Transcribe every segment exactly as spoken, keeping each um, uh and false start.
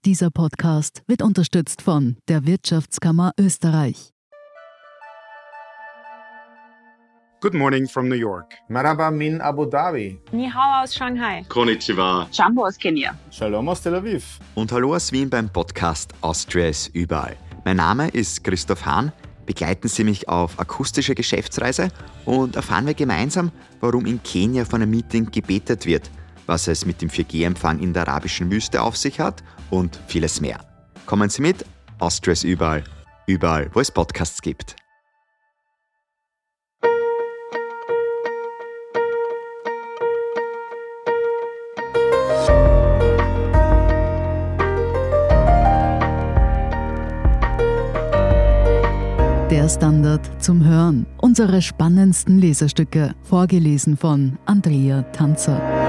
Dieser Podcast wird unterstützt von der Wirtschaftskammer Österreich. Good morning from New York. Marhaba min Abu Dhabi. Ni hao aus Shanghai. Konnichiwa. Jambo aus Kenia. Shalom aus Tel Aviv. Und hallo aus Wien beim Podcast Austria ist überall. Mein Name ist Christoph Hahn. Begleiten Sie mich auf akustische Geschäftsreise und erfahren wir gemeinsam, warum in Kenia vor einem Meeting gebetet wird, was es mit dem vier G Empfang in der arabischen Wüste auf sich hat und vieles mehr. Kommen Sie mit, Austria ist überall, überall, wo es Podcasts gibt. Der Standard zum Hören. Unsere spannendsten Lesestücke, vorgelesen von Andrea Tanzer.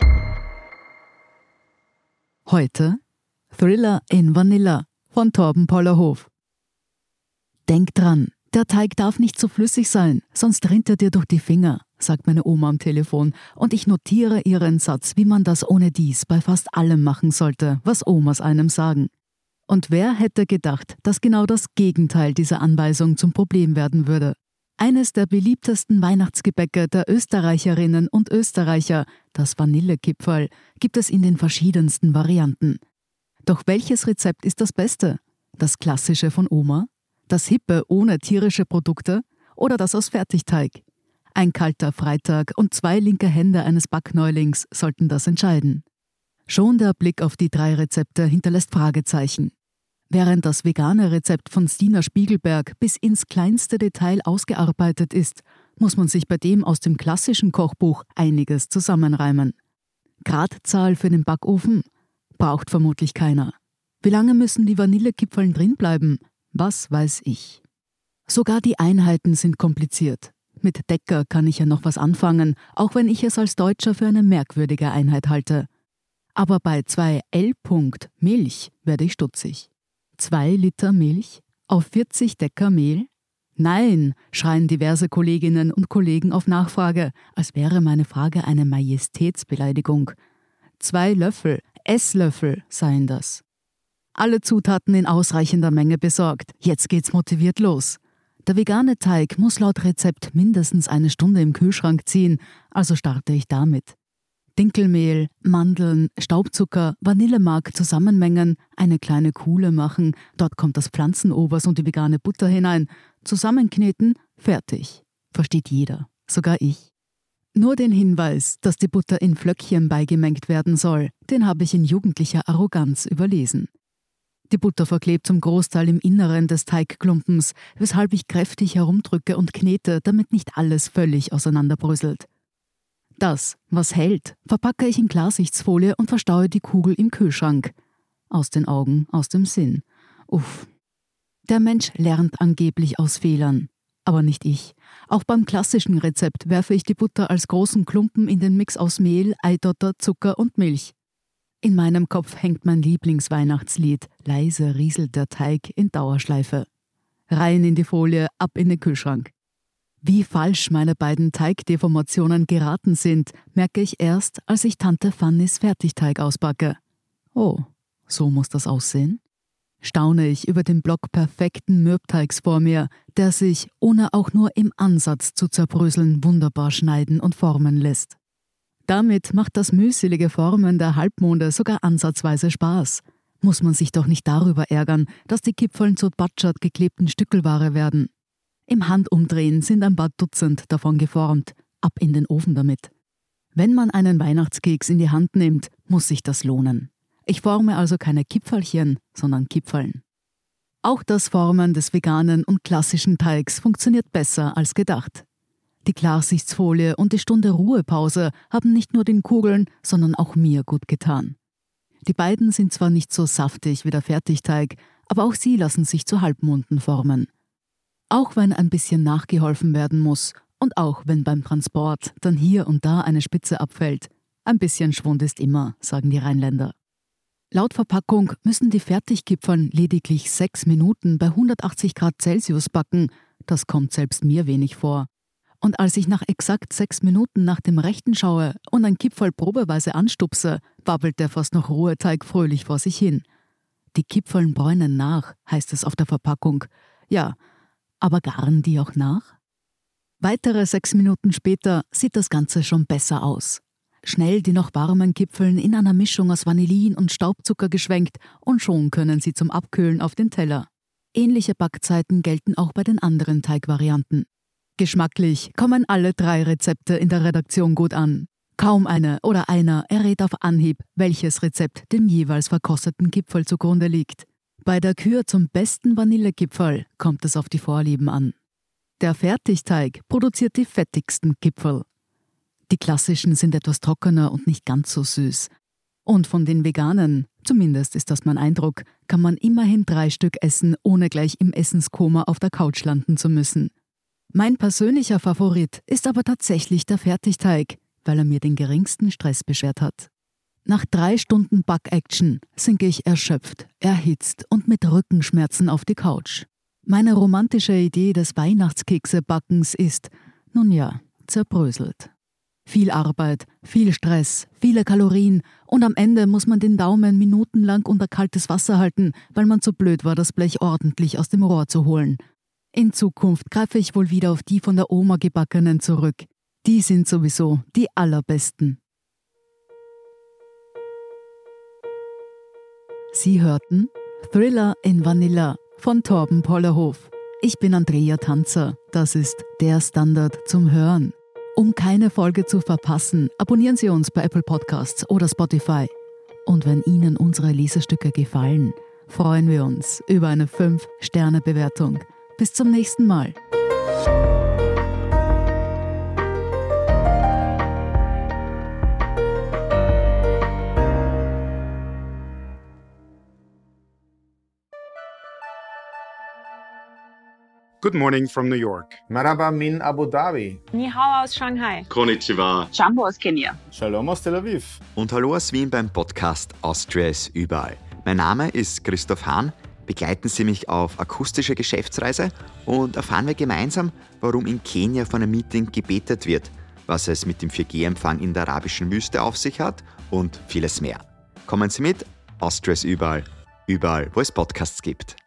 Heute Thriller in Vanilla von Torben Pollerhof. Denk dran, der Teig darf nicht zu flüssig sein, sonst rinnt er dir durch die Finger, sagt meine Oma am Telefon, und ich notiere ihren Satz, wie man das ohne dies bei fast allem machen sollte, was Omas einem sagen. Und wer hätte gedacht, dass genau das Gegenteil dieser Anweisung zum Problem werden würde? Eines der beliebtesten Weihnachtsgebäcke der Österreicherinnen und Österreicher, das Vanillekipferl, gibt es in den verschiedensten Varianten. Doch welches Rezept ist das Beste? Das klassische von Oma? Das hippe ohne tierische Produkte? Oder das aus Fertigteig? Ein kalter Freitag und zwei linke Hände eines Backneulings sollten das entscheiden. Schon der Blick auf die drei Rezepte hinterlässt Fragezeichen. Während das vegane Rezept von Stina Spiegelberg bis ins kleinste Detail ausgearbeitet ist, muss man sich bei dem aus dem klassischen Kochbuch einiges zusammenreimen. Gradzahl für den Backofen? Braucht vermutlich keiner. Wie lange müssen die Vanillekipferln drin bleiben? Was weiß ich. Sogar die Einheiten sind kompliziert. Mit Decker kann ich ja noch was anfangen, auch wenn ich es als Deutscher für eine merkwürdige Einheit halte. Aber bei zwei L. Milch werde ich stutzig. Zwei Liter Milch auf vierzig Decker Mehl? Nein, schreien diverse Kolleginnen und Kollegen auf Nachfrage, als wäre meine Frage eine Majestätsbeleidigung. Zwei Löffel, Esslöffel seien das. Alle Zutaten in ausreichender Menge besorgt. Jetzt geht's motiviert los. Der vegane Teig muss laut Rezept mindestens eine Stunde im Kühlschrank ziehen, also starte ich damit. Dinkelmehl, Mandeln, Staubzucker, Vanillemark zusammenmengen, eine kleine Kuhle machen, dort kommt das Pflanzenobers und die vegane Butter hinein, zusammenkneten, fertig. Versteht jeder, sogar ich. Nur den Hinweis, dass die Butter in Flöckchen beigemengt werden soll, den habe ich in jugendlicher Arroganz überlesen. Die Butter verklebt zum Großteil im Inneren des Teigklumpens, weshalb ich kräftig herumdrücke und knete, damit nicht alles völlig auseinanderbröselt. Das, was hält, verpacke ich in Klarsichtsfolie und verstaue die Kugel im Kühlschrank. Aus den Augen, aus dem Sinn. Uff. Der Mensch lernt angeblich aus Fehlern. Aber nicht ich. Auch beim klassischen Rezept werfe ich die Butter als großen Klumpen in den Mix aus Mehl, Eidotter, Zucker und Milch. In meinem Kopf hängt mein Lieblingsweihnachtslied. Leise rieselt der Teig in Dauerschleife. Rein in die Folie, ab in den Kühlschrank. Wie falsch meine beiden Teigdeformationen geraten sind, merke ich erst, als ich Tante Fannys Fertigteig auspacke. Oh, so muss das aussehen? Staune ich über den Block perfekten Mürbteigs vor mir, der sich, ohne auch nur im Ansatz zu zerbröseln, wunderbar schneiden und formen lässt. Damit macht das mühselige Formen der Halbmonde sogar ansatzweise Spaß. Muss man sich doch nicht darüber ärgern, dass die Kipferln zu Batschat geklebten Stückelware werden. Im Handumdrehen sind ein paar Dutzend davon geformt. Ab in den Ofen damit. Wenn man einen Weihnachtskeks in die Hand nimmt, muss sich das lohnen. Ich forme also keine Kipferlchen, sondern Kipferln. Auch das Formen des veganen und klassischen Teigs funktioniert besser als gedacht. Die Klarsichtsfolie und die Stunde Ruhepause haben nicht nur den Kugeln, sondern auch mir gut getan. Die beiden sind zwar nicht so saftig wie der Fertigteig, aber auch sie lassen sich zu Halbmonden formen. Auch wenn ein bisschen nachgeholfen werden muss und auch wenn beim Transport dann hier und da eine Spitze abfällt. Ein bisschen Schwund ist immer, sagen die Rheinländer. Laut Verpackung müssen die Fertigkipferln lediglich sechs Minuten bei hundertachtzig Grad Celsius backen. Das kommt selbst mir wenig vor. Und als ich nach exakt sechs Minuten nach dem Rechten schaue und ein Kipferl probeweise anstupse, wabbelt der fast noch rohe Teig fröhlich vor sich hin. Die Kipferln bräunen nach, heißt es auf der Verpackung. Ja, aber garen die auch nach? Weitere sechs Minuten später sieht das Ganze schon besser aus. Schnell die noch warmen Kipferln in einer Mischung aus Vanillin und Staubzucker geschwenkt und schon können sie zum Abkühlen auf den Teller. Ähnliche Backzeiten gelten auch bei den anderen Teigvarianten. Geschmacklich kommen alle drei Rezepte in der Redaktion gut an. Kaum eine oder einer errät auf Anhieb, welches Rezept dem jeweils verkosteten Kipferl zugrunde liegt. Bei der Kür zum besten Vanillekipferl kommt es auf die Vorlieben an. Der Fertigteig produziert die fettigsten Kipferl. Die klassischen sind etwas trockener und nicht ganz so süß. Und von den veganen, zumindest ist das mein Eindruck, kann man immerhin drei Stück essen, ohne gleich im Essenskoma auf der Couch landen zu müssen. Mein persönlicher Favorit ist aber tatsächlich der Fertigteig, weil er mir den geringsten Stress beschert hat. Nach drei Stunden Back-Action sinke ich erschöpft, erhitzt und mit Rückenschmerzen auf die Couch. Meine romantische Idee des Weihnachtskekse-Backens ist, nun ja, zerbröselt. Viel Arbeit, viel Stress, viele Kalorien und am Ende muss man den Daumen minutenlang unter kaltes Wasser halten, weil man zu blöd war, das Blech ordentlich aus dem Rohr zu holen. In Zukunft greife ich wohl wieder auf die von der Oma gebackenen zurück. Die sind sowieso die allerbesten. Sie hörten Thriller in Vanilla von Torben Pollerhof. Ich bin Andrea Tanzer. Das ist der Standard zum Hören. Um keine Folge zu verpassen, abonnieren Sie uns bei Apple Podcasts oder Spotify. Und wenn Ihnen unsere Lesestücke gefallen, freuen wir uns über eine fünf Sterne Bewertung. Bis zum nächsten Mal. Good morning from New York. Marhaba min Abu Dhabi. Ni hao aus Shanghai. Konnichiwa. Jambo aus Kenia. Shalom aus Tel Aviv. Und hallo aus Wien beim Podcast Austria ist überall. Mein Name ist Christoph Hahn. Begleiten Sie mich auf akustische Geschäftsreise und erfahren wir gemeinsam, warum in Kenia vor einem Meeting gebetet wird, was es mit dem vier G Empfang in der arabischen Wüste auf sich hat und vieles mehr. Kommen Sie mit, Austria ist überall, überall, wo es Podcasts gibt.